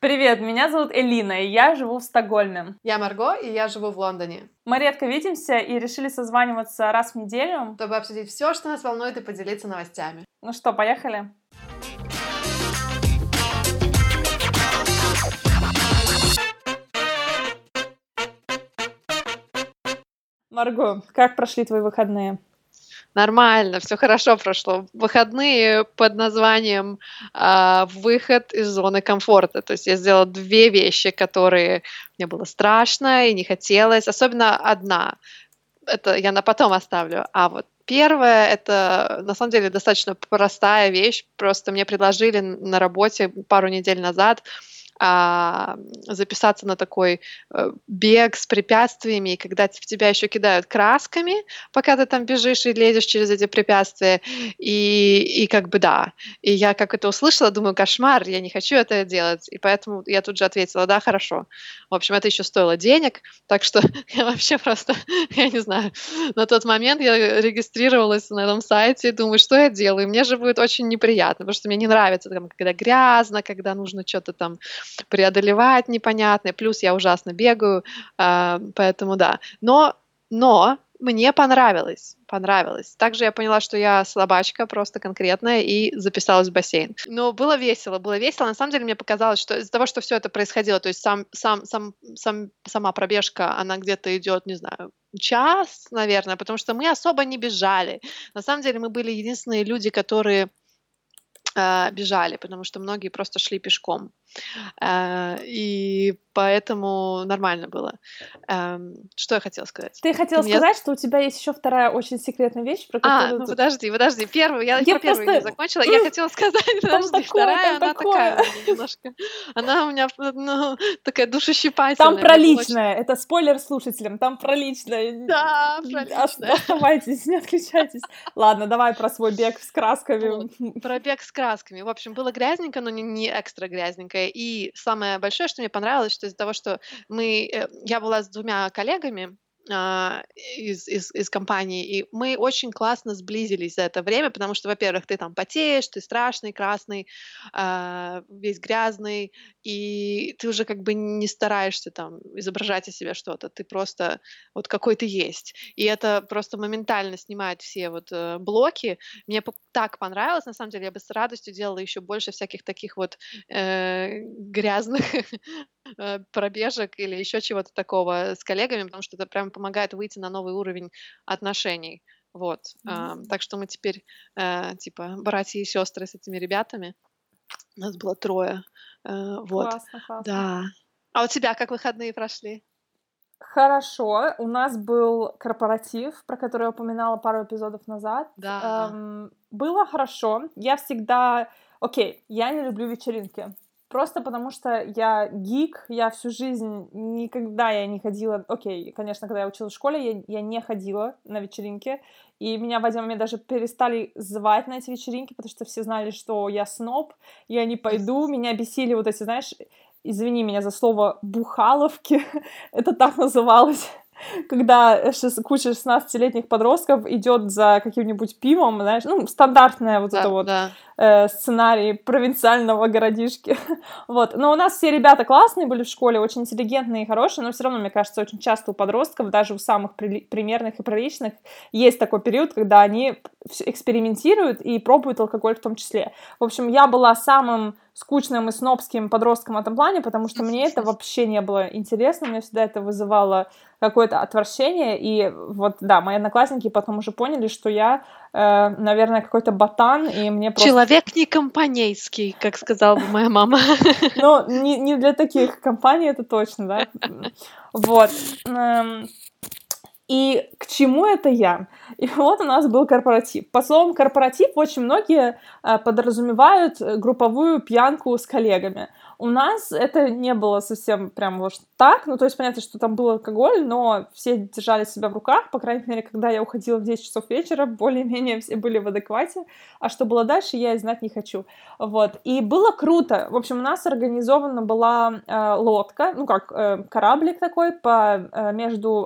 Привет, меня зовут Элина, и я живу в Стокгольме. Я Марго, и я живу в Лондоне. Мы редко видимся и решили созваниваться раз в неделю, чтобы обсудить все, что нас волнует, и поделиться новостями. Ну что, поехали? Марго, как прошли твои выходные? Нормально, все хорошо прошло. Выходные под названием «Выход из зоны комфорта». То есть я сделала 2 вещи, которые мне было страшно и не хотелось. Особенно одна. Это я на потом оставлю. А вот первое — это на самом деле достаточно простая вещь. Просто мне предложили на работе пару недель назад записаться на такой бег с препятствиями, и когда в тебя еще кидают красками, пока ты там бежишь и лезешь через эти препятствия, и как бы да. И я как это услышала, думаю, кошмар, я не хочу это делать, и поэтому я тут же ответила, да, хорошо. В общем, это еще стоило денег, так что я вообще просто, я не знаю, на тот момент я регистрировалась на этом сайте и думаю, что я делаю, мне же будет очень неприятно, потому что мне не нравится, когда грязно, когда нужно что-то там преодолевать непонятное, плюс я ужасно бегаю, поэтому да. Но мне понравилось. Также я поняла, что я слабачка просто конкретная, и записалась в бассейн. Но было весело. На самом деле мне показалось, что из-за того, что все это происходило, то есть сама пробежка, она где-то идет, не знаю, час, наверное, потому что мы особо не бежали. На самом деле мы были единственные люди, которые бежали, потому что многие просто шли пешком. И поэтому нормально было. Что я хотела сказать? Ты хотела сказать, что у тебя есть еще вторая очень секретная вещь, про которую... Ну подожди. Первую, я про первую не закончила. Я хотела сказать, подожди, вторая, она такая немножко. Она у меня, такая душещипательная. Там про личное. Это спойлер слушателям. Там про личное. Да, про личное. Оставайтесь, не отключайтесь. Ладно, давай про свой бег с красками. Про бег с красками. В общем, было грязненько, но не экстра грязненько. И самое большое, что мне понравилось, что из-за того, что я была с 2 коллегами из компании, и мы очень классно сблизились за это время, потому что, во-первых, ты там потеешь, ты страшный, красный, весь грязный, и ты уже как бы не стараешься там изображать из себя что-то, ты просто вот какой ты есть. И это просто моментально снимает все вот блоки. Мне так понравилось, на самом деле, я бы с радостью делала еще больше всяких таких вот грязных пробежек или еще чего-то такого с коллегами, потому что это прям помогает выйти на новый уровень отношений. Вот. Так что мы теперь типа братья и сестры с этими ребятами. У нас было 3. Вот. Классно. Да. А у тебя как выходные прошли? Хорошо. У нас был корпоратив, про который я упоминала пару эпизодов назад. Да. Было хорошо. Я всегда... Окей, я не люблю вечеринки. Просто потому что я гик, я всю жизнь никогда я не ходила... Окей, конечно, когда я училась в школе, я не ходила на вечеринки, и меня в один момент даже перестали звать на эти вечеринки, потому что все знали, что я сноб, я не пойду, меня бесили вот эти, знаешь, извини меня за слово, бухаловки, это так называлось, когда куча 16-летних подростков идет за каким-нибудь пивом, знаешь, стандартная вот это вот сценарий провинциального городишки. Вот. Но у нас все ребята классные были в школе, очень интеллигентные и хорошие, но все равно, мне кажется, очень часто у подростков, даже у самых примерных и приличных, есть такой период, когда они экспериментируют и пробуют алкоголь в том числе. В общем, я была самым скучным и снобским подростком в этом плане, потому что мне это вообще не было интересно, мне всегда это вызывало какое-то отвращение, и вот, да, мои одноклассники потом уже поняли, что я, наверное, какой-то ботан, и мне просто... Человек не компанейский, как сказала бы моя мама. Ну, не для таких компаний, это точно, да. Вот. И к чему это я? И вот у нас был корпоратив. По словам корпоратив, очень многие подразумевают групповую пьянку с коллегами. У нас это не было совсем прям вот так, то есть понятно, что там был алкоголь, но все держали себя в руках, по крайней мере, когда я уходила в 10 часов вечера, более-менее все были в адеквате, а что было дальше, я и знать не хочу, вот, и было круто, в общем, у нас организована была лодка, кораблик такой, между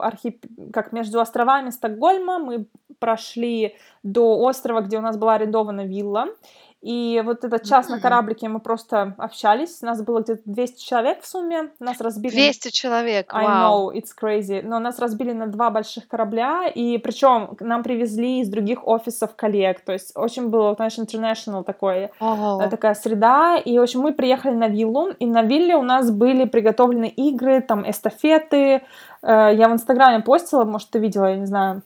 островами Стокгольма, мы прошли до острова, где у нас была арендована вилла, И вот этот час на кораблике мы просто общались. Нас было где-то 200 человек в сумме. Нас разбили... 200 человек, I вау. know, it's crazy. Но нас разбили на 2 больших корабля, и причем нам привезли из других офисов коллег. То есть очень было, знаешь, international Ого. такая среда. И, в общем, мы приехали на виллу, и на вилле у нас были приготовлены игры, там, эстафеты. Я в Инстаграме постила, может, ты видела, я не знаю.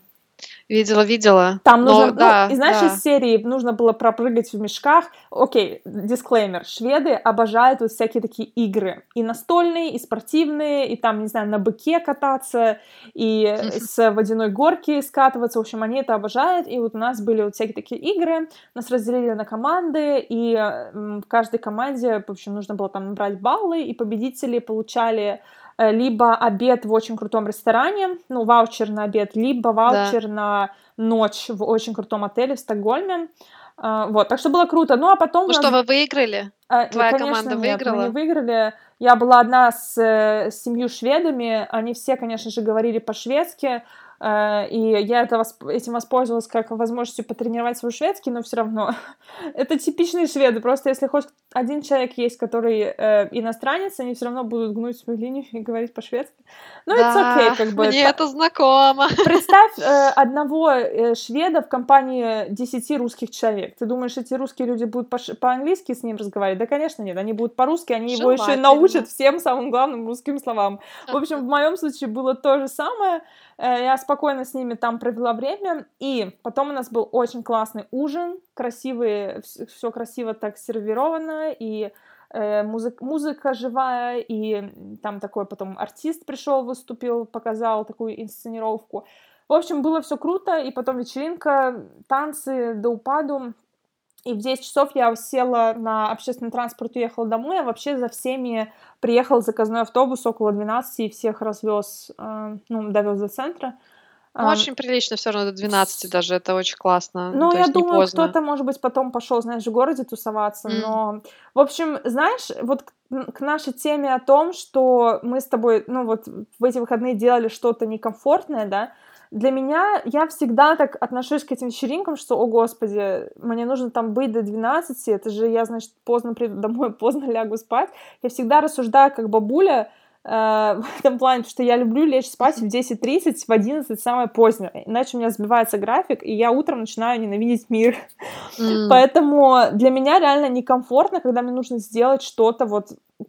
Видела. Там нужно, Ну, да, и знаешь, да. из серии нужно было пропрыгать в мешках. Окей, дисклеймер. Шведы обожают вот всякие такие игры. И настольные, и спортивные, и там, не знаю, на быке кататься, и с водяной горки скатываться. В общем, они это обожают. И вот у нас были вот всякие такие игры. Нас разделили на команды, и в каждой команде, в общем, нужно было там набрать баллы, и победители получали либо обед в очень крутом ресторане, ну, ваучер на обед, либо ваучер на ночь в очень крутом отеле в Стокгольме. Вот, так что было круто. Ну, а потом... Ну что, вы выиграли? Твоя Конечно, команда нет, мы выиграла? не выиграли. Я была одна с 7 шведами, они все, конечно же, говорили по-шведски, и я этим воспользовалась как возможностью потренировать свой шведский, но все равно это типичные шведы. Просто если хоть один человек есть, который иностранец, они все равно будут гнуть свою линию и говорить по-шведски. Ну, it's okay, как бы. Мне это знакомо. Представь одного шведа в компании 10 русских человек. Ты думаешь, эти русские люди будут по-английски с ним разговаривать? Да, конечно, нет. Они будут по-русски, они его еще и научат всем самым главным русским словам. В общем, в моем случае было то же самое. Я спокойно с ними там провела время. И потом у нас был очень классный ужин. Красивый, все красиво так сервировано. И музыка живая, и там такой потом артист пришел, выступил, показал такую инсценировку. В общем, было все круто, и потом вечеринка, танцы до упаду. И в 10 часов я села на общественный транспорт, уехала домой, а вообще за всеми приехал заказной автобус около 12 и всех развез, довез до центра. Ну, очень прилично все равно до 12 даже, это очень классно. Ну, я думаю, поздно. кто-то, может быть, потом пошел, знаешь, в городе тусоваться, но... В общем, знаешь, вот к нашей теме о том, что мы с тобой, ну, вот в эти выходные делали что-то некомфортное, да, для меня, я всегда так отношусь к этим вечеринкам, что, о господи, мне нужно там быть до 12, это же я, значит, поздно приду домой, поздно лягу спать. Я всегда рассуждаю как бабуля, в этом плане, что я люблю лечь спать в 10:30, в 11 самое позднее, иначе у меня сбивается график, и я утром начинаю ненавидеть мир. Поэтому для меня реально некомфортно, когда мне нужно сделать что-то вот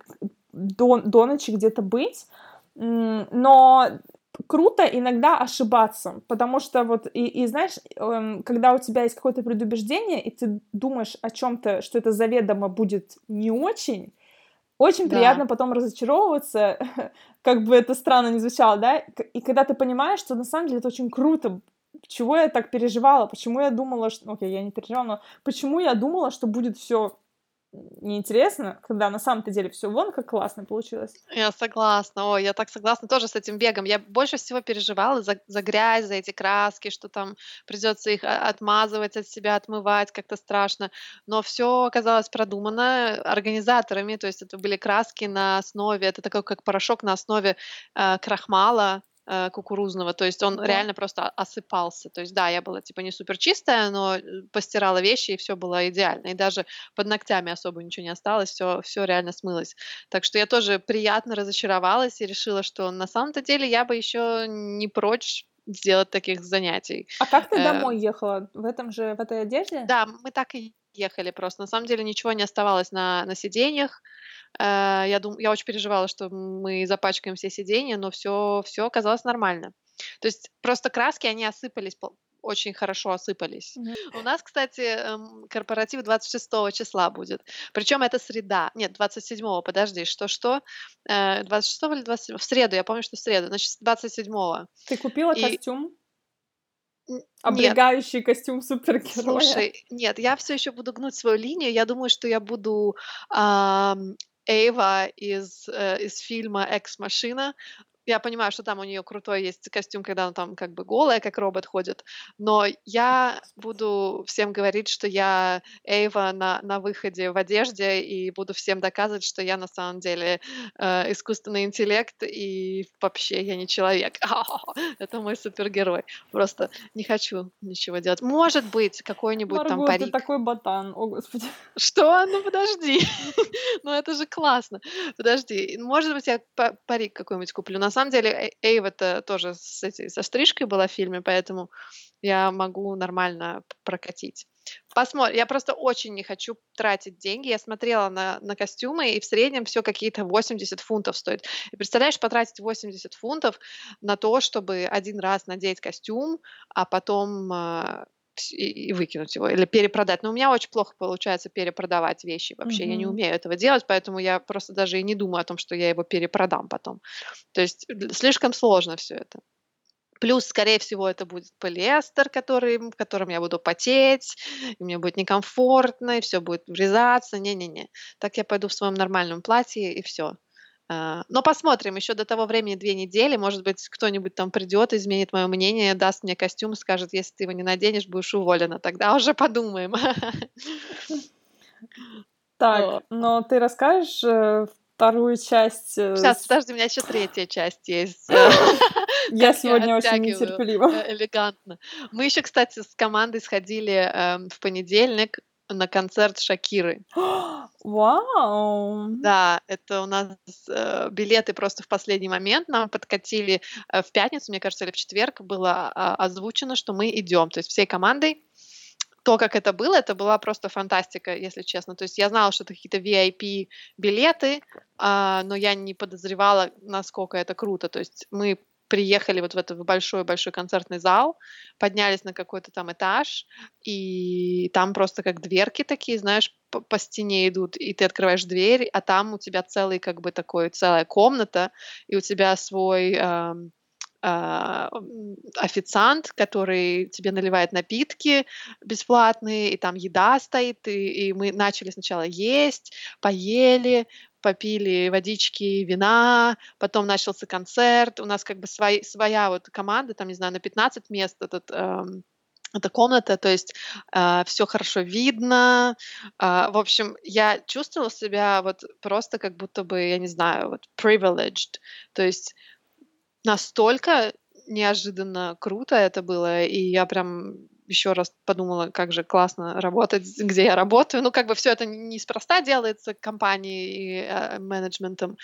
до ночи где-то быть, но круто иногда ошибаться, потому что вот, и знаешь, когда у тебя есть какое-то предубеждение, и ты думаешь о чем-то, что это заведомо будет не очень, очень приятно потом разочаровываться, как бы это странно ни звучало, да, и когда ты понимаешь, что на самом деле это очень круто, чего я так переживала, почему я думала, что... Окей, я не переживала, но почему я думала, что будет все неинтересно, когда на самом-то деле все вон как классно получилось. Я согласна. Ой, я так согласна тоже с этим бегом. Я больше всего переживала за грязь, за эти краски, что там придется их отмазывать от себя, отмывать, как-то страшно. Но все оказалось продумано организаторами, то есть это были краски на основе, это такой как порошок на основе крахмала кукурузного, то есть он реально просто осыпался. То есть да, я была типа не супер чистая, но постирала вещи, и все было идеально. И даже под ногтями особо ничего не осталось, все реально смылось. Так что я тоже приятно разочаровалась и решила, что на самом-то деле я бы еще не прочь сделать таких занятий. А как ты домой ехала? В этой одежде? Да, мы так и ехали просто. На самом деле ничего не оставалось на сиденьях. Я очень переживала, что мы запачкаем все сиденья, но все оказалось нормально. То есть просто краски, они осыпались, очень хорошо осыпались. У нас, кстати, корпоратив 26 числа будет. Причем это среда. Нет, 27-го, подожди, что? 26 или 27? В среду, я помню, что в среду. Значит, 27-го. Ты купила костюм? Нет. Облегающий костюм супергероя? Слушай, нет, я все еще буду гнуть свою линию. Я думаю, что я буду Эйва из фильма «Экс-машина». Я понимаю, что там у нее крутой есть костюм, когда она там как бы голая, как робот ходит, но я буду всем говорить, что я Эйва на выходе в одежде, и буду всем доказывать, что я на самом деле искусственный интеллект, и вообще я не человек. Это мой супергерой. Просто не хочу ничего делать. Может быть, какой-нибудь там Марго, ты парик. такой ботан, о господи. Что? Ну подожди. Ну это же классно. Подожди. Может быть, я парик какой-нибудь куплю. На самом деле, Эйва-то тоже со стрижкой была в фильме, поэтому я могу нормально прокатить. Посмотрим. Я просто очень не хочу тратить деньги. Я смотрела на костюмы, и в среднем все какие-то 80 фунтов стоит. И представляешь, потратить 80 фунтов на то, чтобы один раз надеть костюм, а потом и выкинуть его или перепродать. Но у меня очень плохо получается перепродавать вещи вообще. Я не Мгм. умею этого делать, поэтому я просто даже и не думаю о том, что я его перепродам потом. То есть слишком сложно все это. Плюс, скорее всего, это будет полиэстер, в котором я буду потеть, и мне будет некомфортно, и все будет врезаться. Не-не-не. Так я пойду в своем нормальном платье, и все. Но посмотрим, еще до того времени 2 недели, может быть, кто-нибудь там придет, изменит мое мнение, даст мне костюм, скажет: "Если ты его не наденешь, будешь уволена". Тогда уже подумаем. Так, О, но ты расскажешь вторую часть щас, подожди, у меня еще третья часть есть, Я как я сегодня очень оттягиваю, нетерпелива. элегантно. Мы еще, кстати, с командой сходили, в понедельник на концерт Шакиры. Вау! Да, это у нас, билеты просто в последний момент нам подкатили. В пятницу, мне кажется, или в четверг было, озвучено, что мы идем. То есть всей командой. То, как это была просто фантастика, если честно. То есть я знала, что это какие-то VIP-билеты, но я не подозревала, насколько это круто. То есть мы приехали вот в этот большой-большой концертный зал, поднялись на какой-то там этаж, и там просто как дверки такие, знаешь, по стене идут, и ты открываешь дверь, а там у тебя целый как бы такой целая комната, и у тебя свой, официант, который тебе наливает напитки бесплатные, и там еда стоит, и мы начали сначала есть, поели, попили водички, вина, потом начался концерт. У нас как бы своя вот команда, там, не знаю, на 15 мест эта комната, то есть все хорошо видно. В общем, я чувствовала себя вот просто как будто бы, я не знаю, вот privileged. То есть настолько неожиданно круто это было, и я прям еще раз подумала, как же классно работать, где я работаю. Ну, как бы все это неспроста делается компанией и, менеджментом,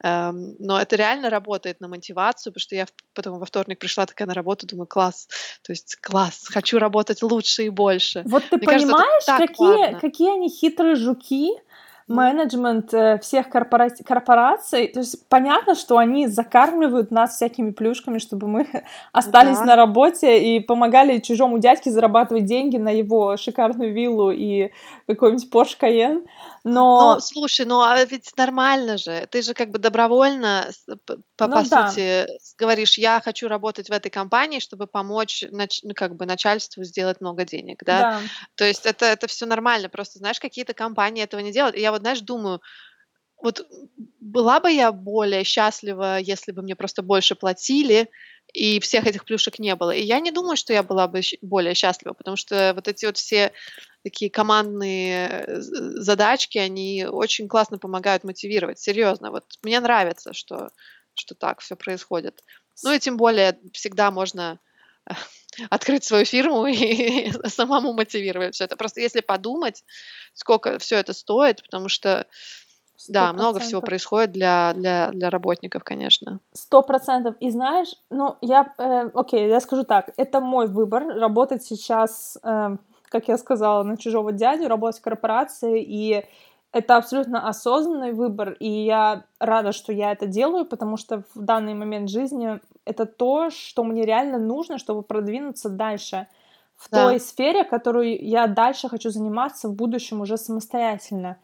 но это реально работает на мотивацию, потому что я потом во вторник пришла такая на работу, думаю: "Класс, то есть класс, хочу работать лучше и больше". Вот ты Мне кажется, это понимаешь, так какие, важно. какие они хитрые жуки, Мгм. менеджмент всех корпораций. То есть понятно, что они закармливают нас всякими плюшками, чтобы мы Ну остались да. на работе и помогали чужому дядьке зарабатывать деньги на его шикарную виллу и какой-нибудь Porsche Cayenne. Ну, Но, слушай, ну, а ведь нормально же. Ты же как бы добровольно, по ну да, сути, говоришь: "Я хочу работать в этой компании, чтобы помочь ну, как бы начальству сделать много денег", да. да. То есть это все нормально. Просто, знаешь, какие-то компании этого не делают. И я вот, знаешь, думаю, вот была бы я более счастлива, если бы мне просто больше платили и всех этих плюшек не было. И я не думаю, что я была бы более счастлива, потому что вот эти вот все такие командные задачки, они очень классно помогают мотивировать. Серьезно, вот мне нравится, что так все происходит. Ну и тем более всегда можно открыть свою фирму и самому мотивировать все это. Просто если подумать, сколько все это стоит, потому что Сто да, много всего процентов. происходит для работников, конечно. 100%. И знаешь, ну, окей, я скажу так, это мой выбор работать сейчас, как я сказала, на чужого дядю, работать в корпорации, и это абсолютно осознанный выбор, и я рада, что я это делаю, потому что в данный момент жизни это то, что мне реально нужно, чтобы продвинуться дальше в той Да, сфере, которую я дальше хочу заниматься в будущем уже самостоятельно.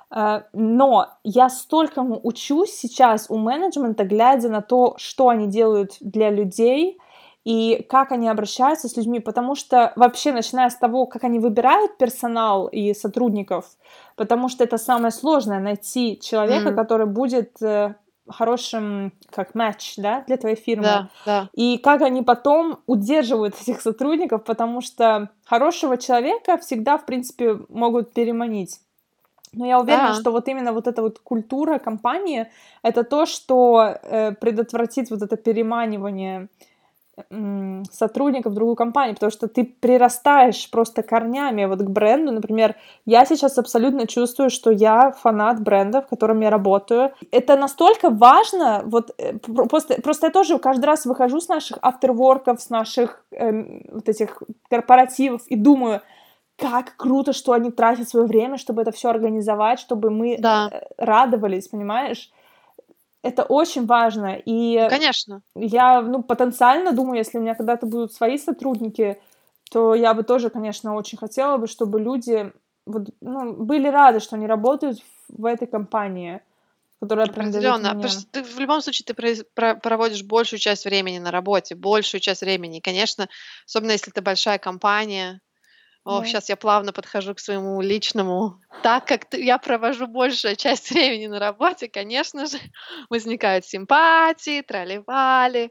Но я столькому учусь сейчас у менеджмента, глядя на то, что они делают для людей и как они обращаются с людьми, потому что вообще, начиная с того, как они выбирают персонал и сотрудников, потому что это самое сложное — найти человека, м, который будет хорошим, как матч, да, для твоей фирмы. Да, да. И как они потом удерживают этих сотрудников, потому что хорошего человека всегда, в принципе, могут переманить. Но я уверена, Да, что вот именно вот эта вот культура компании — это то, что предотвратит вот это переманивание сотрудников в другую компанию, потому что ты прирастаешь просто корнями вот к бренду. Например, я сейчас абсолютно чувствую, что я фанат бренда, в котором я работаю. Это настолько важно, вот просто я тоже каждый раз выхожу с наших afterwork'ов, с наших вот этих корпоративов и думаю, как круто, что они тратят свое время, чтобы это все организовать, чтобы мы да, радовались, понимаешь? Это очень важно. И конечно. я, потенциально думаю, если у меня когда-то будут свои сотрудники, то я бы тоже, конечно, очень хотела бы, чтобы люди вот, были рады, что они работают в этой компании, которая принадлежит Определенно. Потому мне. что ты в любом случае ты проводишь большую часть времени на работе, большую часть времени. И, конечно, особенно если это большая компания. Ох, Да. сейчас я плавно подхожу к своему личному. Так как я провожу большую часть времени на работе, конечно же, возникают симпатии, трали-вали.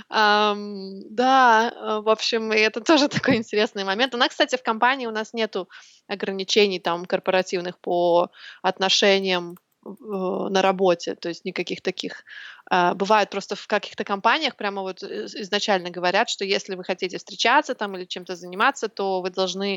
Да, в общем, и это тоже такой интересный момент. У нас, кстати, в компании у нас нету ограничений там корпоративных по отношениям на работе, то есть никаких таких. Бывает просто в каких-то компаниях прямо вот изначально говорят, что если вы хотите встречаться там или чем-то заниматься, то вы должны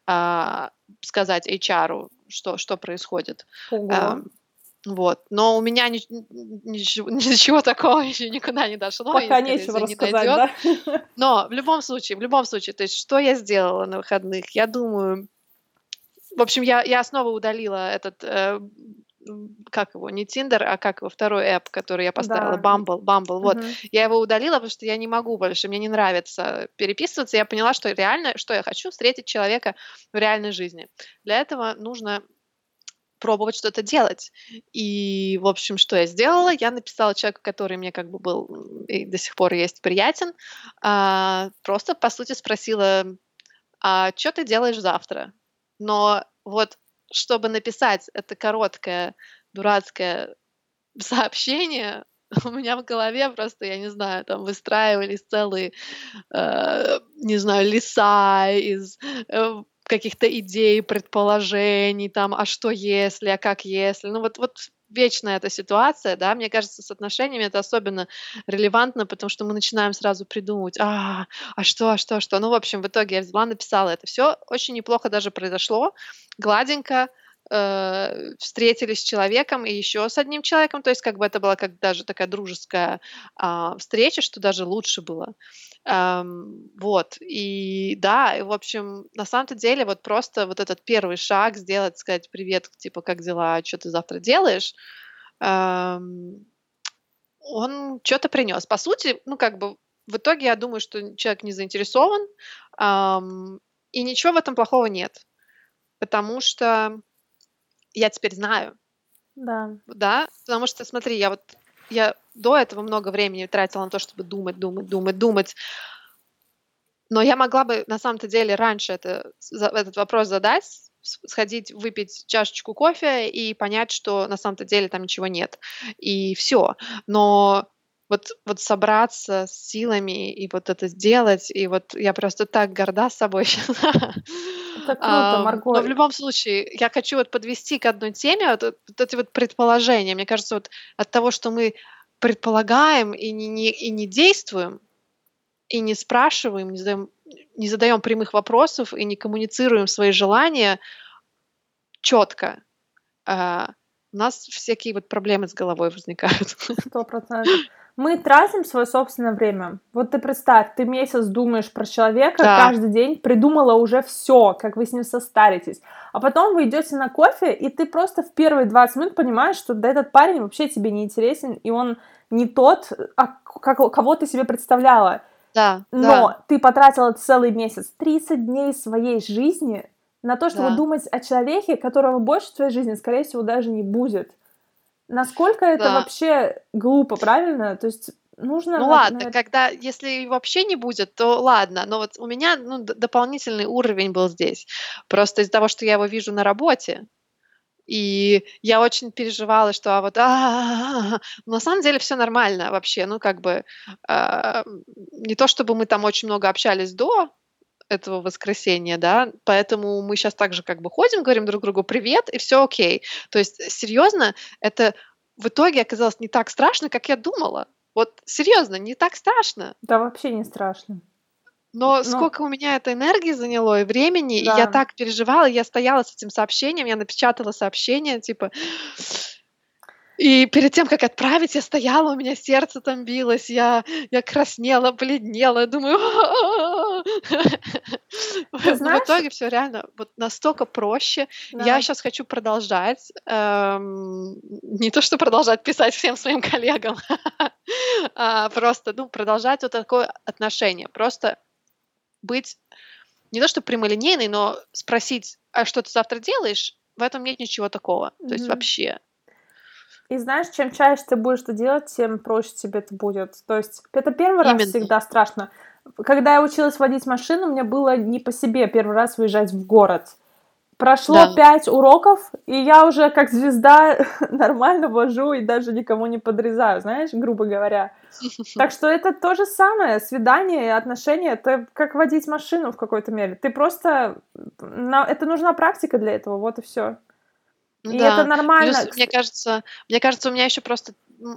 сказать HR, что происходит. Ого. Ам, вот. Но у меня ничего такого еще никуда не дошло и, Пока скорее нечего всего, не рассказать, дойдет. да? Но в любом случае, то есть что я сделала на выходных? Я думаю, в общем, я снова удалила этот, как его, не "Тиндер", а как его, второй эп, который я поставила, Да. Bumble, вот. Мгм. Я его удалила, потому что я не могу больше, мне не нравится переписываться. Я поняла, что реально, что я хочу — встретить человека в реальной жизни. Для этого нужно пробовать что-то делать. И, в общем, что я сделала? Я написала человеку, который мне как бы был, и до сих пор есть приятен, просто, по сути, спросила: "А чё ты делаешь завтра?" Но вот чтобы написать это короткое дурацкое сообщение, у меня в голове просто, я не знаю, там выстраивались целые, не знаю, леса из, каких-то идей, предположений, там: "А что если? А как если?" Ну вот вечная эта ситуация, да. Мне кажется, с отношениями это особенно релевантно, потому что мы начинаем сразу придумывать: а что, а что, а что?" Ну, в общем, в итоге я взяла, написала это все. Очень неплохо даже произошло, гладенько. Встретились с человеком и еще с одним человеком. То есть как бы это была как даже такая дружеская, встреча, что даже лучше было. Вот. И да, и, в общем, на самом-то деле вот просто вот этот первый шаг сделать, сказать: "Привет, типа, как дела? Что ты завтра делаешь?" Ам, он что то принес. По сути, ну, как бы в итоге я думаю, что человек не заинтересован, и ничего в этом плохого нет, потому что я теперь знаю, Да. да, потому что, смотри, я до этого много времени тратила на то, чтобы думать, но я могла бы на самом-то деле раньше этот вопрос задать, сходить, выпить чашечку кофе и понять, что на самом-то деле там ничего нет, и все. Но вот собраться с силами и вот это сделать, и вот я просто так горда собой щас. Это круто, Но Марго. в любом случае я хочу вот подвести к одной теме вот эти вот предположения. Мне кажется, вот от того, что мы предполагаем и не действуем, и не спрашиваем, не задаем прямых вопросов и не коммуницируем свои желания четко, у нас всякие вот проблемы с головой возникают. 100%. Мы тратим свое собственное время. Вот ты представь, ты месяц думаешь про человека, Да, каждый день придумала уже все, как вы с ним состаритесь. А потом вы идете на кофе, и ты просто в первые 20 минут понимаешь, что да, этот парень вообще тебе не интересен, и он не тот, кого ты себе представляла. да, да, Но ты потратила целый месяц, 30 дней своей жизни на то, чтобы да, думать о человеке, которого больше в твоей жизни, скорее всего, даже не будет. Насколько это да. вообще глупо, правильно? То есть нужно, Ну ладно, если вообще не будет, то ладно. Но вот у меня, ну, дополнительный уровень был здесь. Просто из-за того, что я его вижу на работе, И я очень переживала, что на самом деле все нормально вообще. Ну, как бы, а, не то чтобы мы там очень много общались до этого воскресенья, да, поэтому мы сейчас также как бы ходим, говорим друг другу привет, и все окей. То есть, серьезно, это в итоге оказалось не так страшно, как я думала. Вот серьезно, не так страшно. Да вообще не страшно. Но Ну, сколько у меня это энергии заняло и времени, и я да. так переживала, я стояла с этим сообщением, я напечатала сообщение, типа, и перед тем, как отправить, я стояла, у меня сердце там билось, я краснела, бледнела, думаю, Ты но в знаешь, итоге все реально вот настолько проще. Я да. сейчас хочу продолжать, не то что продолжать писать всем своим коллегам, а просто, ну, продолжать вот такое отношение. Просто быть не то что прямолинейной, но спросить: "А что ты завтра делаешь?" В этом нет ничего такого. То есть Мгм. вообще. И знаешь, чем чаще ты будешь это делать, тем проще тебе это будет. То есть это первый раз Именно. всегда страшно. Когда я училась водить машину, мне было не по себе первый раз выезжать в город. Прошло Да. 5 уроков, и я уже как звезда нормально вожу и даже никому не подрезаю, знаешь, грубо говоря. Так что это то же самое. Свидание и отношения — это как водить машину в какой-то мере. Ты просто... Это нужна практика для этого, вот и все. Ну И это да. Плюс, нормально. мне кажется, у меня еще просто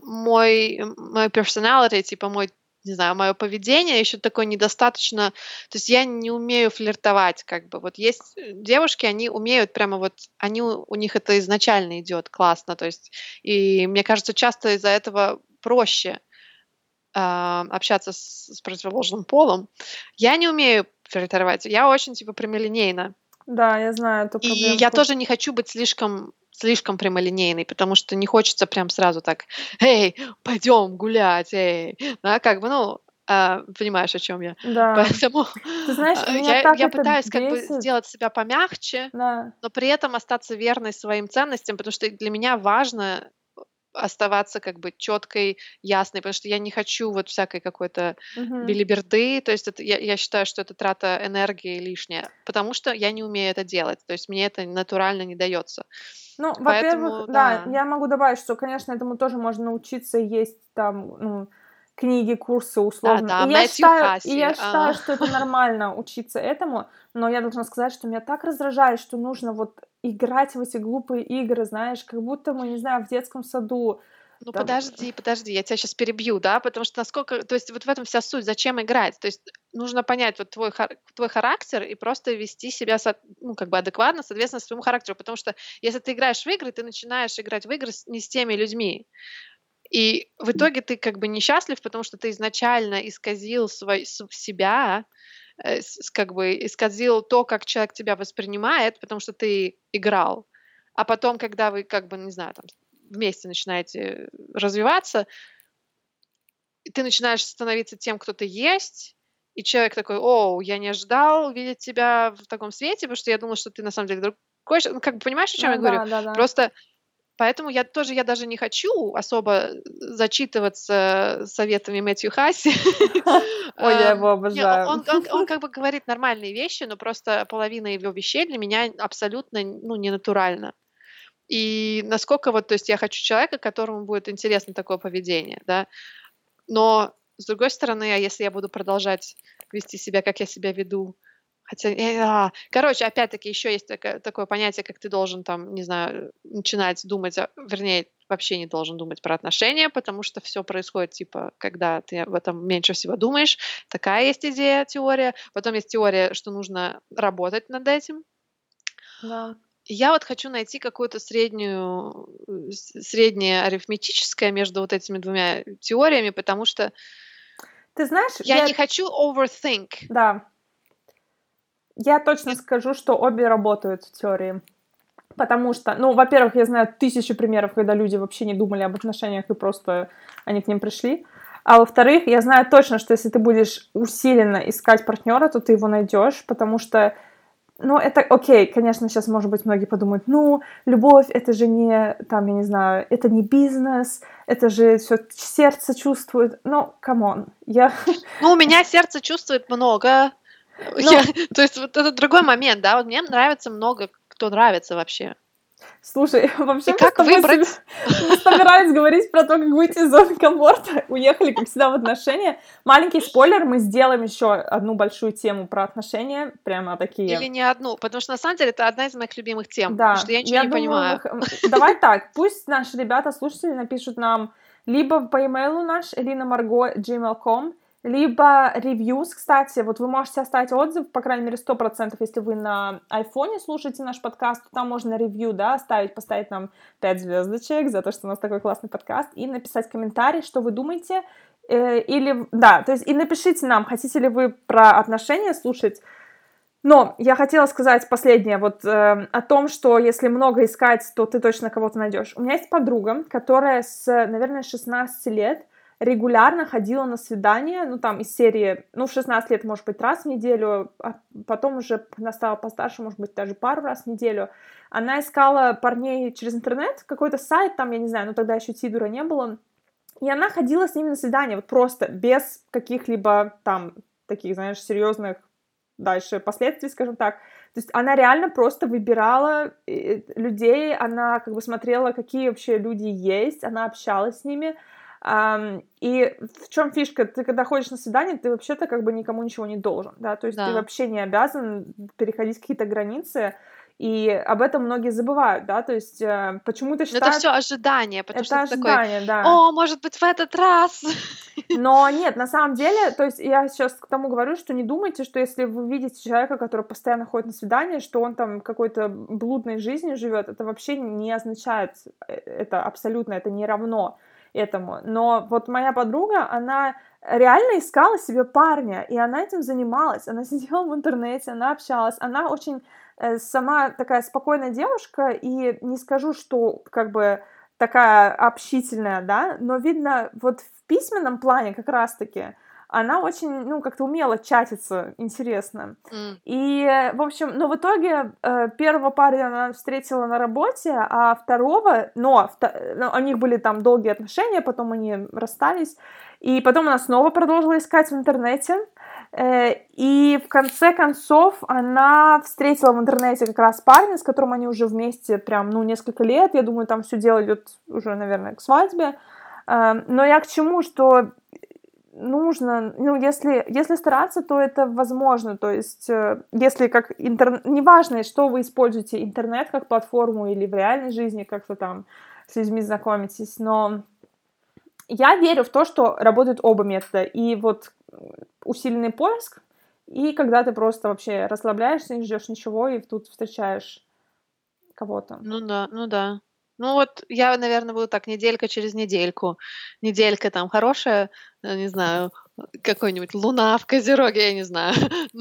мой personality, типа мой, не знаю, мое поведение еще такое недостаточно. То есть я не умею флиртовать как бы. Вот есть, девушки, они умеют прямо вот, у них это изначально идет классно. То есть, и мне кажется, часто из-за этого проще, общаться с противоположным полом. Я не умею флиртовать. Я очень типа прямолинейна. Да, я знаю эту И я проблемку. тоже не хочу быть слишком прямолинейной, потому что не хочется прям сразу так: "Эй, пойдем гулять, эй". Да, как бы, ну, понимаешь, о чем я. Да. Поэтому, Ты знаешь, меня я так я это пытаюсь как бы бесит. сделать себя помягче, Да. но при этом остаться верной своим ценностям, потому что для меня важно оставаться как бы четкой, ясной, потому что я не хочу вот всякой какой-то Мгм. белиберды. То есть это я считаю, что это трата энергии лишняя, потому что я не умею это делать. То есть мне это натурально не дается. Ну, во-первых, Поэтому да, да. я могу добавить, что, конечно, этому тоже можно научиться. Есть там, ну, книги, курсы условно. Да-да, Мэтью И Хаси. я считаю, что это нормально учиться этому, но я должна сказать, что меня так раздражает, что нужно вот играть в эти глупые игры, знаешь, как будто мы, не знаю, в детском саду. Ну Там, подожди, я тебя сейчас перебью, да, потому что насколько, то есть вот в этом вся суть, зачем играть? То есть нужно понять вот твой характер и просто вести себя, ну, как бы адекватно, соответственно, своему характеру, потому что если ты играешь в игры, ты начинаешь играть в игры не с теми людьми, и в итоге ты как бы несчастлив, потому что ты изначально исказил себя, как бы исказил то, как человек тебя воспринимает, потому что ты играл. А потом, когда вы как бы, не знаю, там вместе начинаете развиваться, и ты начинаешь становиться тем, кто ты есть, и человек такой: "О, я не ожидал увидеть тебя в таком свете, потому что я думал, что ты на самом деле другой Ну, как бы понимаешь, о чем ну я да, говорю? да-да. Просто поэтому я даже не хочу особо зачитываться советами Мэтью Хасси. Ой, я его Не, обожаю. он как бы говорит нормальные вещи, но просто половина его вещей для меня абсолютно, ну, ненатурально. И насколько вот, то есть я хочу человека, которому будет интересно такое поведение, да. Но, с другой стороны, а если я буду продолжать вести себя, как я себя веду, хотя, короче, опять-таки, еще есть такое понятие, как ты должен там, не знаю, начинать думать, вернее, вообще не должен думать про отношения, потому что все происходит, типа, когда ты об этом меньше всего думаешь. Такая есть идея, теория. Потом есть теория, что нужно работать над этим. Да. И я вот хочу найти какую-то среднее арифметическое между вот этими двумя теориями, потому что Ты знаешь, я не хочу overthink. да, я точно И скажу, что обе работают в теории. Потому что, ну, во-первых, я знаю тысячи примеров, когда люди вообще не думали об отношениях и просто они к ним пришли. А во-вторых, я знаю точно, что если ты будешь усиленно искать партнера, то ты его найдешь, потому что, ну, это окей, конечно, сейчас, может быть, многие подумают, ну, любовь, это же не, там, я не знаю, это не бизнес, это же все сердце чувствует. Ну, камон, Ну, у меня сердце чувствует много. ну, То есть вот это другой момент, да. Вот мне нравится много, кто нравится вообще. Слушай, вообще И мы с как тобой выбрать? мы собирались говорить про то, как выйти из зоны комфорта, уехали, как всегда, в отношения. Маленький спойлер, мы сделаем еще одну большую тему про отношения, прямо Или такие. не одну? Потому что, на самом деле, это одна из моих любимых тем, потому что Да, я ничего я не думаю, понимаю. давай так, пусть наши ребята, слушатели, напишут нам либо по имейлу наш, elinamargo@gmail.com, либо reviews, кстати, вот вы можете оставить отзыв, по крайней мере, 100%, если вы на айфоне слушаете наш подкаст, то там можно ревью, да, оставить, поставить нам 5 звездочек за то, что у нас такой классный подкаст, и написать комментарий, что вы думаете, или, да, то есть, и напишите нам, хотите ли вы про отношения слушать. Но я хотела сказать последнее, вот о том, что если много искать, то ты точно кого-то найдешь. У меня есть подруга, которая с, наверное, 16 лет регулярно ходила на свидания, ну, там, из серии, ну, в 16 лет, может быть, раз в неделю, а потом уже она стала постарше, может быть, даже пару раз в неделю. Она искала парней через интернет, какой-то сайт, там, я не знаю, ну, тогда еще Тидура не было, и она ходила с ними на свидания, вот просто, без каких-либо там таких, знаешь, серьезных дальше последствий, скажем так. То есть она реально просто выбирала людей, она как бы смотрела, какие вообще люди есть, она общалась с ними. И в чем фишка? Ты когда ходишь на свидание, ты вообще-то как бы никому ничего не должен, да, то есть ты Да. вообще не обязан переходить какие-то границы, и об этом многие забывают, да, то есть почему-то Но это считают, все ожидание, потому что это ты такой: ожидание, да. "О, может быть, в этот раз". Но нет, на самом деле, то есть я сейчас к тому говорю, что не думайте, что если вы видите человека, который постоянно ходит на свидание, что он там какой-то блудной жизнью живет, это вообще не означает, это абсолютно, это не равно этому. Но вот моя подруга, она реально искала себе парня, и она этим занималась, она сидела в интернете, она общалась, она очень сама такая спокойная девушка, и не скажу, что как бы такая общительная, да, но видно, вот в письменном плане как раз-таки она очень, ну, как-то умела чатиться, интересно. И, в общем, но в итоге первого парня она встретила на работе, а второго, но у них были там долгие отношения, потом они расстались, и потом она снова продолжила искать в интернете, и в конце концов она встретила в интернете как раз парня, с которым они уже вместе прям, ну, несколько лет, я думаю, там все дело идет уже, наверное, к свадьбе, но я к чему, что нужно, ну, если стараться, то это возможно, то есть, если как неважно, что вы используете, интернет как платформу или в реальной жизни как-то там с людьми знакомитесь, но я верю в то, что работают оба метода, и вот усиленный поиск, и когда ты просто вообще расслабляешься, не ждешь ничего, и тут встречаешь кого-то. Ну да, ну да. Ну вот я, наверное, буду так неделька через недельку. Неделька там хорошая, не знаю, какой-нибудь луна в Козероге, я не знаю.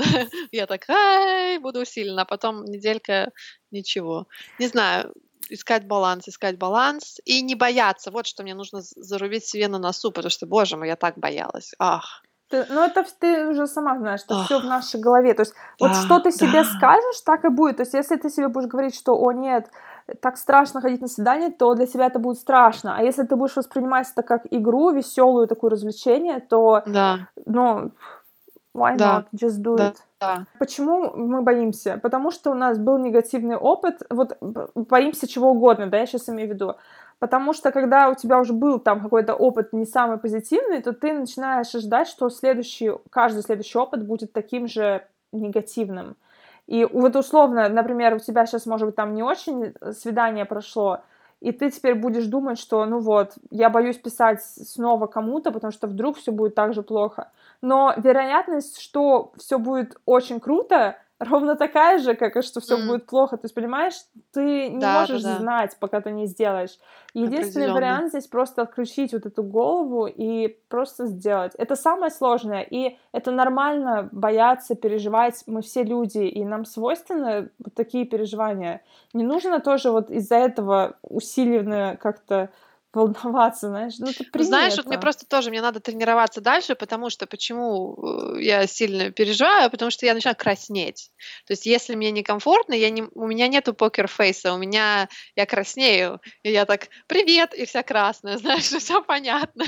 Я так: "Ай", буду усиленно, а потом неделька ничего. Не знаю, искать баланс и не бояться. Вот что мне нужно зарубить себе на носу, потому что, боже мой, я так боялась. Ах, Ну, это ты уже сама знаешь, что все в ах, нашей голове. То есть вот что да, ты себе да, скажешь, так и будет. То есть если ты себе будешь говорить, что «О, нет, так страшно ходить на свидание», то для тебя это будет страшно. А если ты будешь воспринимать это как игру, веселую такое развлечение, то, да, ну, why да, not? Just do да, it. да. Почему мы боимся? Потому что у нас был негативный опыт. Вот боимся чего угодно, да, я сейчас имею в виду. Потому что когда у тебя уже был там какой-то опыт не самый позитивный, то ты начинаешь ожидать, что каждый следующий опыт будет таким же негативным. И вот условно, например, у тебя сейчас, может быть, там не очень свидание прошло, и ты теперь будешь думать, что, ну вот, я боюсь писать снова кому-то, потому что вдруг все будет так же плохо. Но вероятность, что все будет очень круто, ровно такая же, как и что все М, будет плохо. То есть, понимаешь, ты не можешь да-да-да, знать, пока ты не сделаешь. Единственный определенно. вариант здесь просто отключить вот эту голову и просто сделать. Это самое сложное, и это нормально бояться, переживать. Мы все люди, и нам свойственны вот такие переживания. Не нужно тоже вот из-за этого усиленно как-то волноваться, знаешь. Ну, ты Ну, прими знаешь, вот мне это. просто тоже, мне надо тренироваться дальше, потому что почему, я сильно переживаю? Потому что я начинаю краснеть. То есть если мне некомфортно, у меня нету покер-фейса, я краснею, и я так: "Привет", и вся красная, знаешь, все понятно.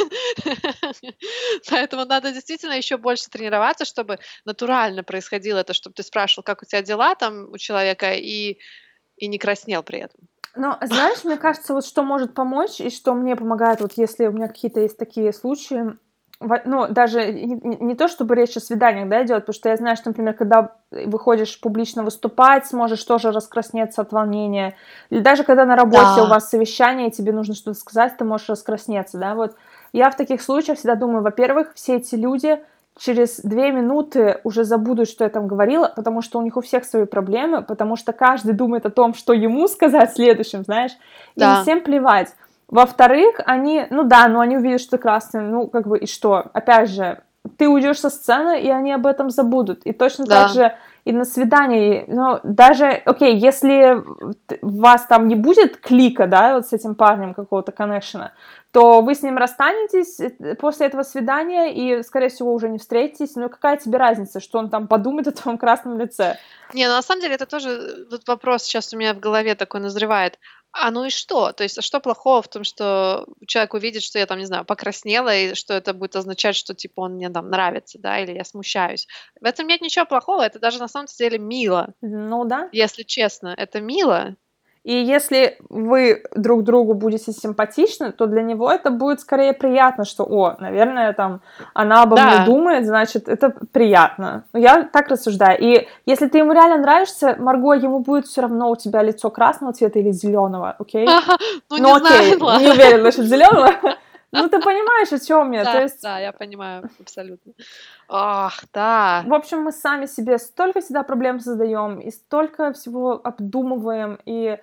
Поэтому надо действительно еще больше тренироваться, чтобы натурально происходило это, чтобы ты спрашивал, как у тебя дела там у человека, и не краснел при этом. Но, знаешь, мне кажется, вот что может помочь и что мне помогает, вот если у меня какие-то есть такие случаи, ну, даже не то, чтобы речь о свиданиях, да, идет, потому что я знаю, что, например, когда выходишь публично выступать, сможешь тоже раскраснеться от волнения, или даже когда на работе у Да, вас совещание, и тебе нужно что-то сказать, ты можешь раскраснеться, да, вот. Я в таких случаях всегда думаю, во-первых, все эти люди через 2 минуты уже забудут, что я там говорила, потому что у них у всех свои проблемы, потому что каждый думает о том, что ему сказать следующим, знаешь, им да, всем плевать. Во-вторых, они, ну да, но они увидят, что ты красный, ну как бы и что? Опять же, ты уйдешь со сцены, и они об этом забудут. И точно так да. же и на свидании, ну, даже, окей, если у вас там не будет клика, да, вот с этим парнем какого-то коннекшена, то вы с ним расстанетесь после этого свидания и, скорее всего, уже не встретитесь. Ну, какая тебе разница, что он там подумает о твоем красном лице? Не, ну на самом деле это тоже вот вопрос сейчас у меня в голове такой назревает. А ну и что? То есть, а что плохого в том, что человек увидит, что я там, не знаю, покраснела, и что это будет означать, что типа он мне там нравится, да, или я смущаюсь. В этом нет ничего плохого, это даже на самом деле мило. Ну да. Если честно, это мило. И если вы друг другу будете симпатичны, то для него это будет скорее приятно, что, о, наверное, там, она обо мне Да, думает, значит, это приятно. Ну, я так рассуждаю. И если ты ему реально нравишься, Марго, ему будет все равно у тебя лицо красного цвета или зеленого, окей? ну не Ну, окей, знаю, не ладно. уверена насчет зеленого. Ну, ты понимаешь, о чем я. То Да, есть, да, я понимаю абсолютно. Ах, да, в общем, мы сами себе столько всегда проблем создаем и столько всего обдумываем, и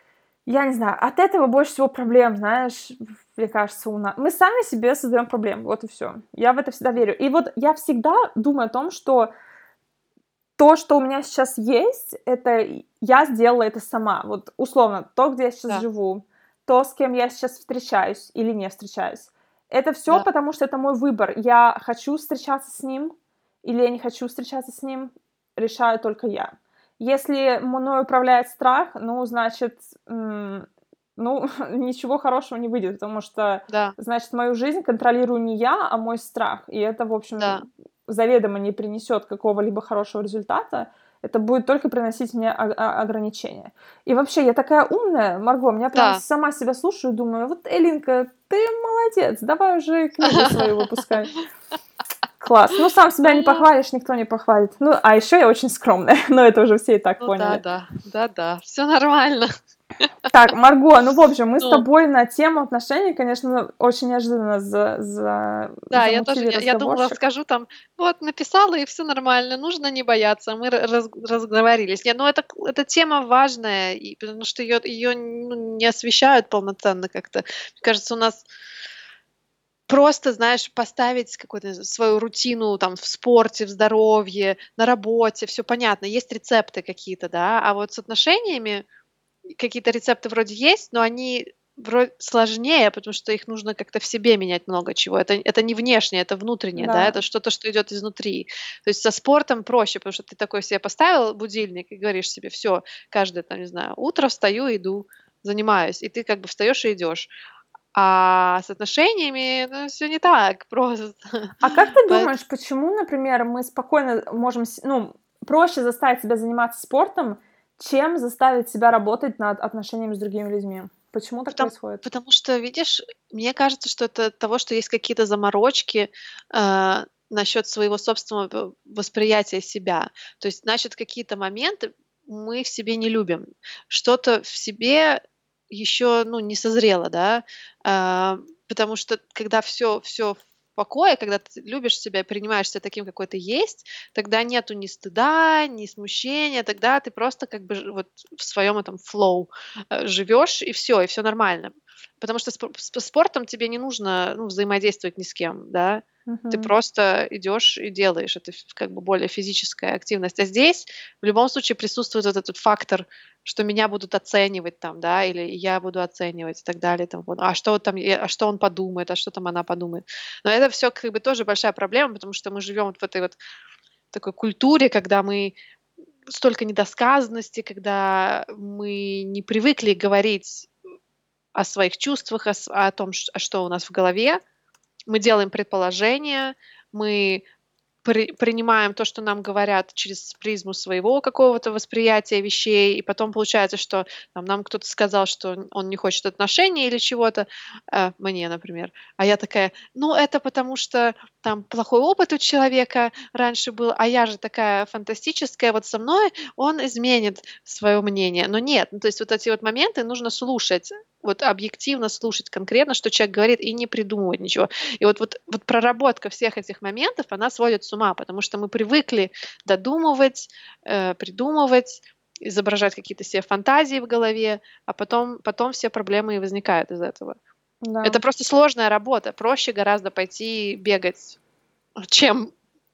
я не знаю, от этого больше всего проблем, знаешь, мне кажется, у нас. Мы сами себе создаем проблемы, вот и все. Я в это всегда верю. И вот я всегда думаю о том, что то, что у меня сейчас есть, это я сделала это сама. Вот условно, то, где я сейчас да, живу, то, с кем я сейчас встречаюсь или не встречаюсь. Это все да, потому, что это мой выбор. Я хочу встречаться с ним или я не хочу встречаться с ним, решаю только я. Если мной управляет страх, ну, значит, ну, ничего хорошего не выйдет, потому что, да, значит, мою жизнь контролирую не я, а мой страх. И это, в да, общем, заведомо не принесет какого-либо хорошего результата, это будет только приносить мне ограничения. И вообще, я такая умная, Марго, меня прям да. сама себя слушаю, думаю, вот, Элинка, ты молодец, давай уже книгу свою выпускай. Класс. Ну, сам себя не А, похвалишь, никто не похвалит. Ну, а еще я очень скромная, но это уже все и так ну да, поняли. да, да-да, все нормально. Так, Марго, ну, в общем, мы с Ну тобой на тему отношений, конечно, очень неожиданно да, я тоже замутили я думала, разговорчик. скажу там: "Вот написала, и все нормально, нужно не бояться". Мы разговорились. Не, ну это тема важная, и потому что ее ну, не освещают полноценно как-то. Мне кажется, у нас просто, знаешь, поставить какую-то свою рутину там в спорте, в здоровье, на работе, все понятно. Есть рецепты какие-то, да, а вот с отношениями какие-то рецепты вроде есть, но они сложнее, потому что их нужно как-то в себе менять много чего. Это не внешнее, это внутреннее, да, Да. это что-то, что идет изнутри. То есть со спортом проще, потому что ты такой себе поставил будильник и говоришь себе: все, каждое там, не знаю, утро встаю, иду, занимаюсь, и ты как бы встаешь и идешь. А с отношениями, ну, всё не так просто. А как ты Поэт думаешь, почему, например, мы спокойно можем, ну, проще заставить себя заниматься спортом, чем заставить себя работать над отношениями с другими людьми? Почему так потом происходит? потому что, видишь, мне кажется, что это от того, что есть какие-то заморочки, насчет своего собственного восприятия себя. То есть, значит, какие-то моменты мы в себе не любим. Что-то в себе еще, ну, не созрело, да. Потому что когда все в покое, когда ты любишь себя и принимаешь себя таким, какой ты есть, тогда нету ни стыда, ни смущения, тогда ты просто как бы вот в своем этом флоу живешь, и все нормально. Потому что с спортом тебе не нужно, ну, взаимодействовать ни с кем, да. Ты Мгм. просто идешь и делаешь. Это как бы более физическая активность. А здесь в любом случае присутствует вот этот фактор, что меня будут оценивать там, да, или я буду оценивать и так далее. Там, вот. А что там, а что он подумает, а что там она подумает. Но это все как бы тоже большая проблема, потому что мы живем вот в этой вот такой культуре, когда мы столько недосказанности, когда мы не привыкли говорить о своих чувствах, о том, что у нас в голове. Мы делаем предположения, мы принимаем то, что нам говорят через призму своего какого-то восприятия вещей, и потом получается, что там, нам кто-то сказал, что он не хочет отношений или чего-то, мне, например, а я такая, ну, это потому что там плохой опыт у человека раньше был, а я же такая фантастическая, вот со мной он изменит свое мнение. Но нет, ну, то есть вот эти вот моменты нужно слушать, вот объективно слушать конкретно, что человек говорит, и не придумывать ничего. И вот проработка всех этих моментов, она сводит с ума, потому что мы привыкли додумывать, придумывать, изображать какие-то себе фантазии в голове, а потом все проблемы и возникают из этого. Да. Это просто сложная работа. Проще гораздо пойти бегать, чем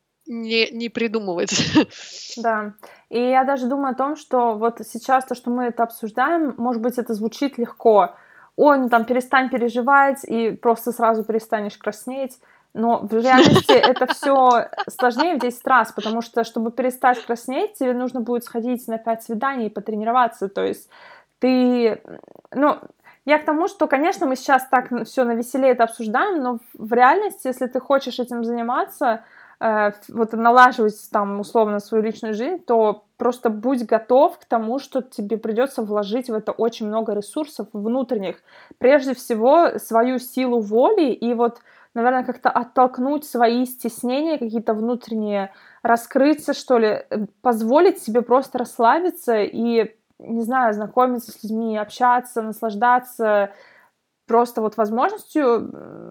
не придумывать. Да. И я даже думаю о том, что вот сейчас то, что мы это обсуждаем, может быть, это звучит легко. Ой, ну там перестань переживать, и просто сразу перестанешь краснеть. Но в реальности это все сложнее в 10 раз, потому что, чтобы перестать краснеть, тебе нужно будет сходить на 5 свиданий и потренироваться. То есть ты... Ну, я к тому, что, конечно, мы сейчас так все навеселее это обсуждаем, но в реальности, если ты хочешь этим заниматься, вот налаживать там условно свою личную жизнь, то просто будь готов к тому, что тебе придется вложить в это очень много ресурсов внутренних. Прежде всего, свою силу воли и вот, наверное, как-то оттолкнуть свои стеснения, какие-то внутренние, раскрыться, что ли, позволить себе просто расслабиться и, не знаю, знакомиться с людьми, общаться, наслаждаться просто вот возможностью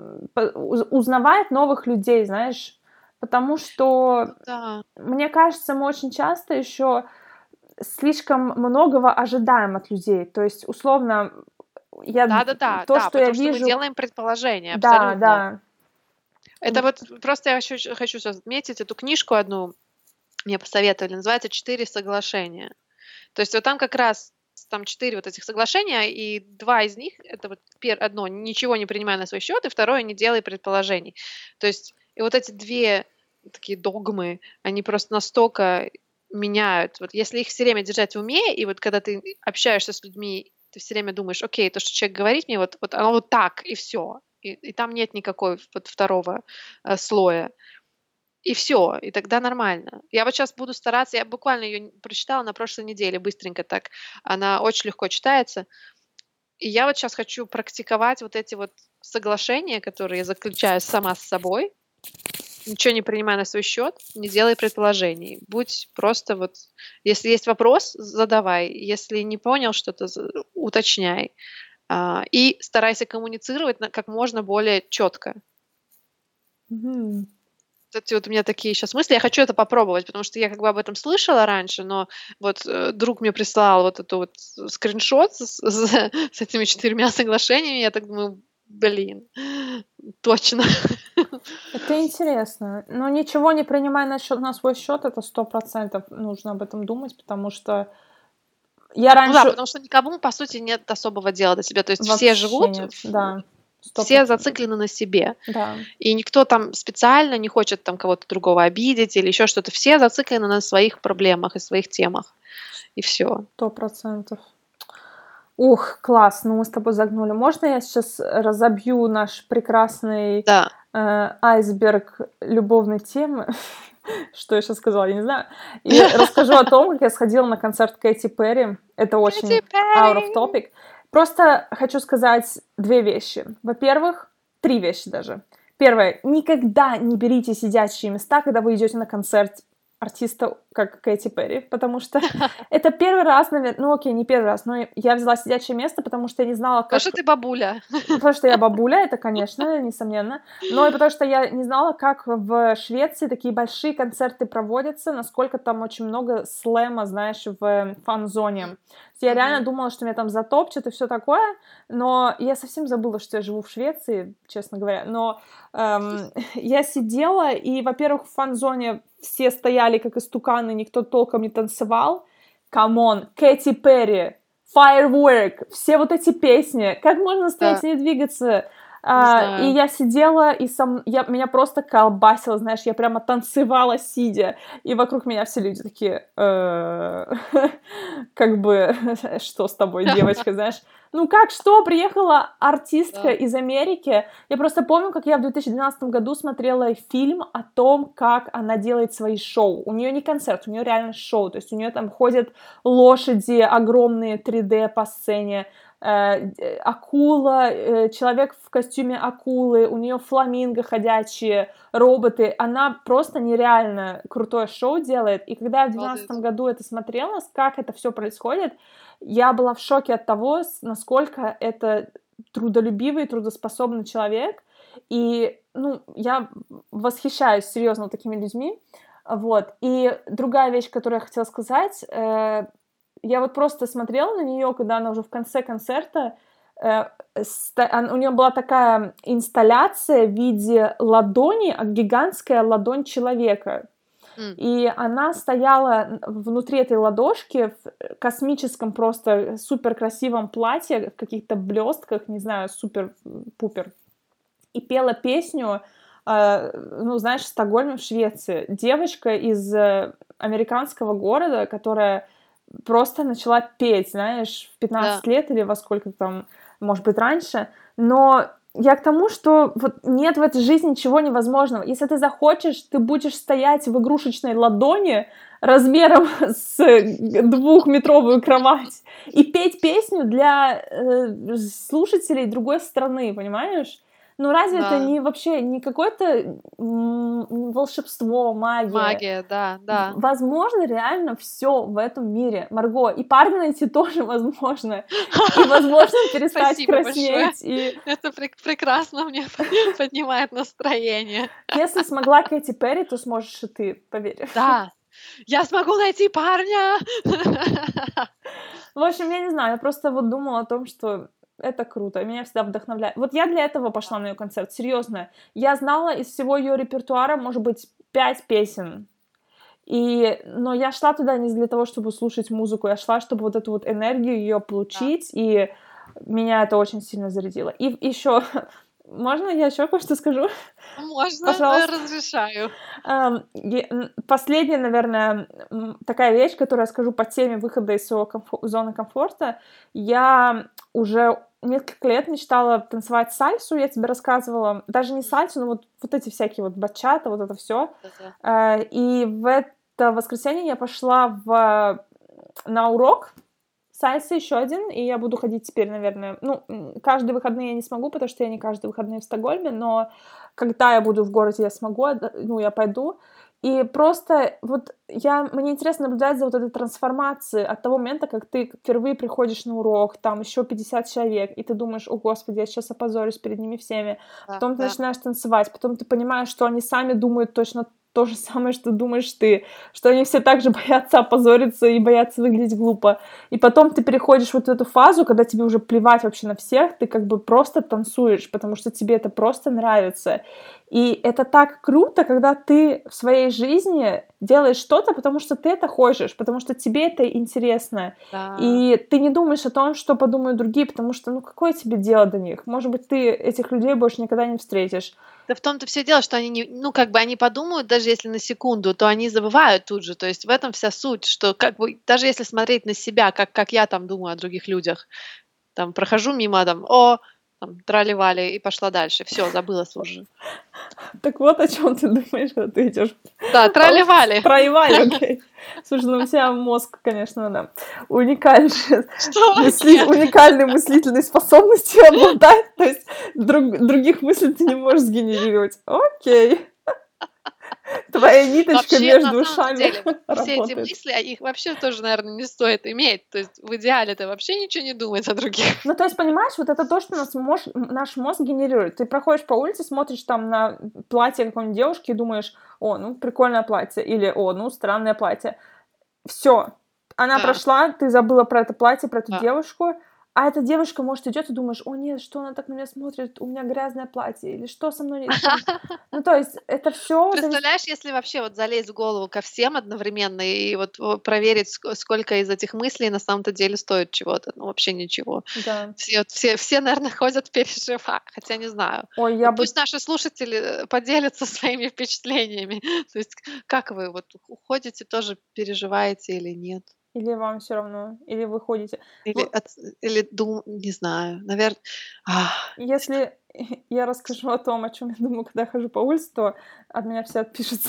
узнавать новых людей, знаешь. Потому что, Да. мне кажется, мы очень часто еще слишком многого ожидаем от людей. То есть, условно, Да-да-да, то, да, что я потому что мы вижу... делаем предположения, Да, абсолютно. да. Это вот просто я хочу сейчас отметить эту книжку одну, мне посоветовали, называется «4 соглашения». То есть вот там как раз там 4 вот этих соглашения, и 2 из них, это вот одно, ничего не принимай на свой счет, и второе, не делай предположений. То есть и вот эти 2 такие догмы, они просто настолько меняют. Вот если их все время держать в уме, и вот когда ты общаешься с людьми, ты все время думаешь, окей, то, что человек говорит мне, вот оно вот так, и все. И там нет никакой вот второго слоя. И все, и тогда нормально. Я вот сейчас буду стараться, я буквально ее прочитала на прошлой неделе, быстренько так. Она очень легко читается. И я вот сейчас хочу практиковать вот эти вот соглашения, которые я заключаю сама с собой. Ничего не принимай на свой счет, не делай предположений. Будь просто вот... Если есть вопрос, задавай. Если не понял что-то, уточняй. И старайся коммуницировать как можно более четко. Мгм. Кстати, вот у меня такие сейчас мысли. Я хочу это попробовать, потому что я как бы об этом слышала раньше, но вот друг мне прислал вот эту вот скриншот с этими 4 соглашениями. Я так думаю, блин, точно. Это интересно. Но ничего не принимай на свой счет, это 100% нужно об этом думать, потому что я Ну да, раньше потому что никому, по сути, нет особого дела до себя. То есть все вообще живут, нет. Да, все 100%. зациклены на себе. Да. И никто там специально не хочет там кого-то другого обидеть или еще что-то. Все зациклены на своих проблемах и своих темах. И все. 100%. Ух, класс, ну мы с тобой загнули. Можно я сейчас разобью наш прекрасный Да. айсберг любовной темы? Что я сейчас сказала, я не знаю. И расскажу о том, как я сходила на концерт Кэти Перри. Это очень out of topic. Просто хочу сказать 2 вещи. Во-первых, 3 вещи даже. Первое. Никогда не берите сидячие места, когда вы идете на концерт артиста, как Кэти Перри, потому что это первый раз, наверное, ну окей, не первый раз, но я взяла сидячее место, потому что я не знала, как... Потому что ты бабуля. Потому что я бабуля, это, конечно, несомненно, но и потому что я не знала, как в Швеции такие большие концерты проводятся, насколько там очень много слэма, знаешь, в фан-зоне. Я реально думала, что меня там затопчут и все такое, но я совсем забыла, что я живу в Швеции, честно говоря, но я сидела, и, во-первых, в фан-зоне все стояли как истуканы, никто толком не танцевал. Камон, Кэти Перри, Firework, все вот эти песни. Как можно стоять и не двигаться? Не И знаю. я сидела, и меня просто колбасило, знаешь, я прямо танцевала сидя, и вокруг меня все люди такие, как бы, что с тобой, девочка, знаешь? Ну как, что? Приехала артистка Да. из Америки. Я просто помню, как я в 2012 году смотрела фильм о том, как она делает свои шоу. У нее не концерт, у нее реально шоу. То есть у нее там ходят лошади огромные 3D по сцене, акула, человек в костюме акулы, у нее фламинго ходячие, роботы. Она просто нереально крутое шоу делает. И когда я в 2012 Обалдеть. году это смотрела, как это все происходит, я была в шоке от того, насколько это трудолюбивый, трудоспособный человек. И, ну, я восхищаюсь серьезно такими людьми. Вот. И другая вещь, которую я хотела сказать, я вот просто смотрела на нее, когда она уже в конце концерта, у нее была такая инсталляция в виде ладони, гигантская ладонь человека. М. И она стояла внутри этой ладошки в космическом просто супер красивом платье, в каких-то блестках, не знаю, супер-пупер, и пела песню, ну, знаешь, в Стокгольме, в Швеции. Девочка из американского города, которая просто начала петь, знаешь, в 15 Да. лет или во сколько там, может быть, раньше. Но я к тому, что вот нет в этой жизни ничего невозможного. Если ты захочешь, ты будешь стоять в игрушечной ладони размером с 2-метровую кровать и петь песню для слушателей другой страны, понимаешь? Ну разве это Да. не вообще не какое-то волшебство, магия? Магия, да, да. Возможно реально все в этом мире, Марго. И парня найти тоже возможно. И возможно перестать Спасибо большое. краснеть. И Это прекрасно мне поднимает настроение. если смогла Кэти Перри, то сможешь и ты, поверь. Да, я смогу найти парня! В общем, я не знаю, я просто вот думала о том, что это круто, и меня всегда вдохновляет. Вот я для этого пошла на ее концерт, серьезно. Я знала из всего ее репертуара, может быть, 5 песен. Но я шла туда не для того, чтобы слушать музыку, я шла, чтобы вот эту вот энергию ее Да. получить, и меня это очень сильно зарядило. И еще, можно я еще кое-что скажу? Можно, Пожалуйста. разрешаю. Последняя, наверное, такая вещь, которую я скажу по теме выхода из своего зоны комфорта. Я уже несколько лет мечтала танцевать сальсу, я тебе рассказывала. Даже не сальсу, но вот эти всякие вот бачата, вот это все. Да-да. И в это воскресенье я пошла на урок сальсы еще один, и я буду ходить теперь, наверное, ну, каждые выходные я не смогу, потому что я не каждые выходные в Стокгольме, но когда я буду в городе, я смогу, ну, я пойду. И просто вот мне интересно наблюдать за вот этой трансформацией от того момента, как ты впервые приходишь на урок, там еще 50 человек, и ты думаешь, о, Господи, я сейчас опозорюсь перед ними всеми. Да, Потом ты да. начинаешь танцевать, потом ты понимаешь, что они сами думают точно то же самое, что думаешь ты, что они все так же боятся опозориться и боятся выглядеть глупо. И потом ты переходишь вот в эту фазу, когда тебе уже плевать вообще на всех, ты как бы просто танцуешь, потому что тебе это просто нравится. И это так круто, когда ты в своей жизни делаешь что-то, потому что ты это хочешь, потому что тебе это интересно. Да. И ты не думаешь о том, что подумают другие, потому что, ну, какое тебе дело до них? Может быть, ты этих людей больше никогда не встретишь. Да в том-то все дело, что они не ну, как бы они подумают, даже если на секунду, то они забывают тут же. То есть в этом вся суть, что как бы даже если смотреть на себя, как я там думаю о других людях, там прохожу мимо, там, там, трали-вали, и пошла дальше. Все, забылась уже. Так вот о чем ты думаешь, когда ты идешь Да, трали-вали. Проевали, окей. Слушай, ну у тебя мозг, конечно, да, уникальный, Что? Нет. уникальной мыслительной способностью обладает, то есть других мыслей ты не можешь сгенерировать. Окей. Твоя ниточка Вообще, между на самом ушами деле, все эти работает. мысли, их вообще тоже, наверное, не стоит иметь. То есть в идеале-то вообще ничего не думать о других. Ну, то есть, понимаешь, вот это то, что наш мозг генерирует. Ты проходишь по улице, смотришь там на платье какой-нибудь девушки и думаешь, о, ну, прикольное платье, или, о, ну, странное платье. Все. Она Да, прошла, ты забыла про это платье, про эту да. девушку, А эта девушка, может, идет и думаешь: о нет, что она так на меня смотрит, у меня грязное платье, или что со мной. Ну, то есть это все зависит. Представляешь, если вообще вот залезть в голову ко всем одновременно и вот проверить, сколько из этих мыслей на самом-то деле стоит чего-то, ну вообще ничего. Да. Все, наверное, ходят переживая, хотя не знаю. Ой, я бы... Пусть наши слушатели поделятся своими впечатлениями. То есть как вы вот уходите, тоже переживаете или нет? Или вам все равно, или вы ходите. Или, не знаю, наверное. Если я расскажу о том, о чем я думаю, когда я хожу по улице, то от меня все отпишутся.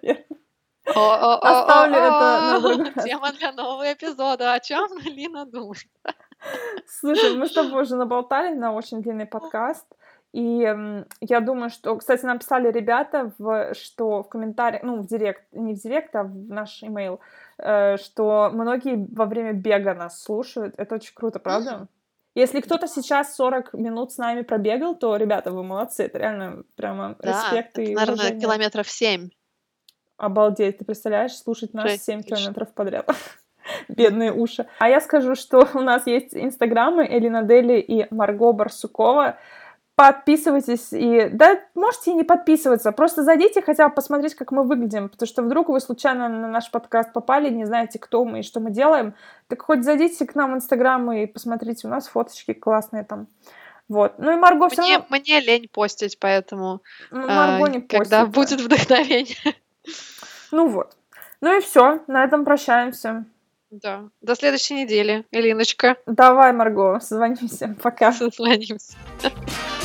Оставлю это на другой раз. Тема для нового эпизода. О чем Лина думает? Слушай, мы с тобой уже наболтали на очень длинный подкаст, и я думаю, что... Кстати, нам писали ребята, что в комментариях, ну, в директ, не в директ, а в наш имейл, что многие во время бега нас слушают. Это очень круто, правда? Если кто-то сейчас 40 минут с нами пробегал, то, ребята, вы молодцы. Это реально прямо респект Да, это, и наверное, уважение. километров 7. Обалдеть, ты представляешь, слушать нас 6 7 тысяч. километров подряд. Бедные уши. А я скажу, что у нас есть инстаграмы Элина Дели и Марго Барсукова. Подписывайтесь и... Да, можете и не подписываться. Просто зайдите хотя бы посмотреть, как мы выглядим. Потому что вдруг вы случайно на наш подкаст попали, не знаете, кто мы и что мы делаем. Так хоть зайдите к нам в инстаграм и посмотрите. У нас фоточки классные там. Вот. Ну и Марго все равно... Мне лень постить, поэтому Марго не постит. когда будет вдохновение. Ну вот. Ну и все. На этом прощаемся. Да. До следующей недели, Элиночка. Давай, Марго, созвонимся. Пока. Созвонимся.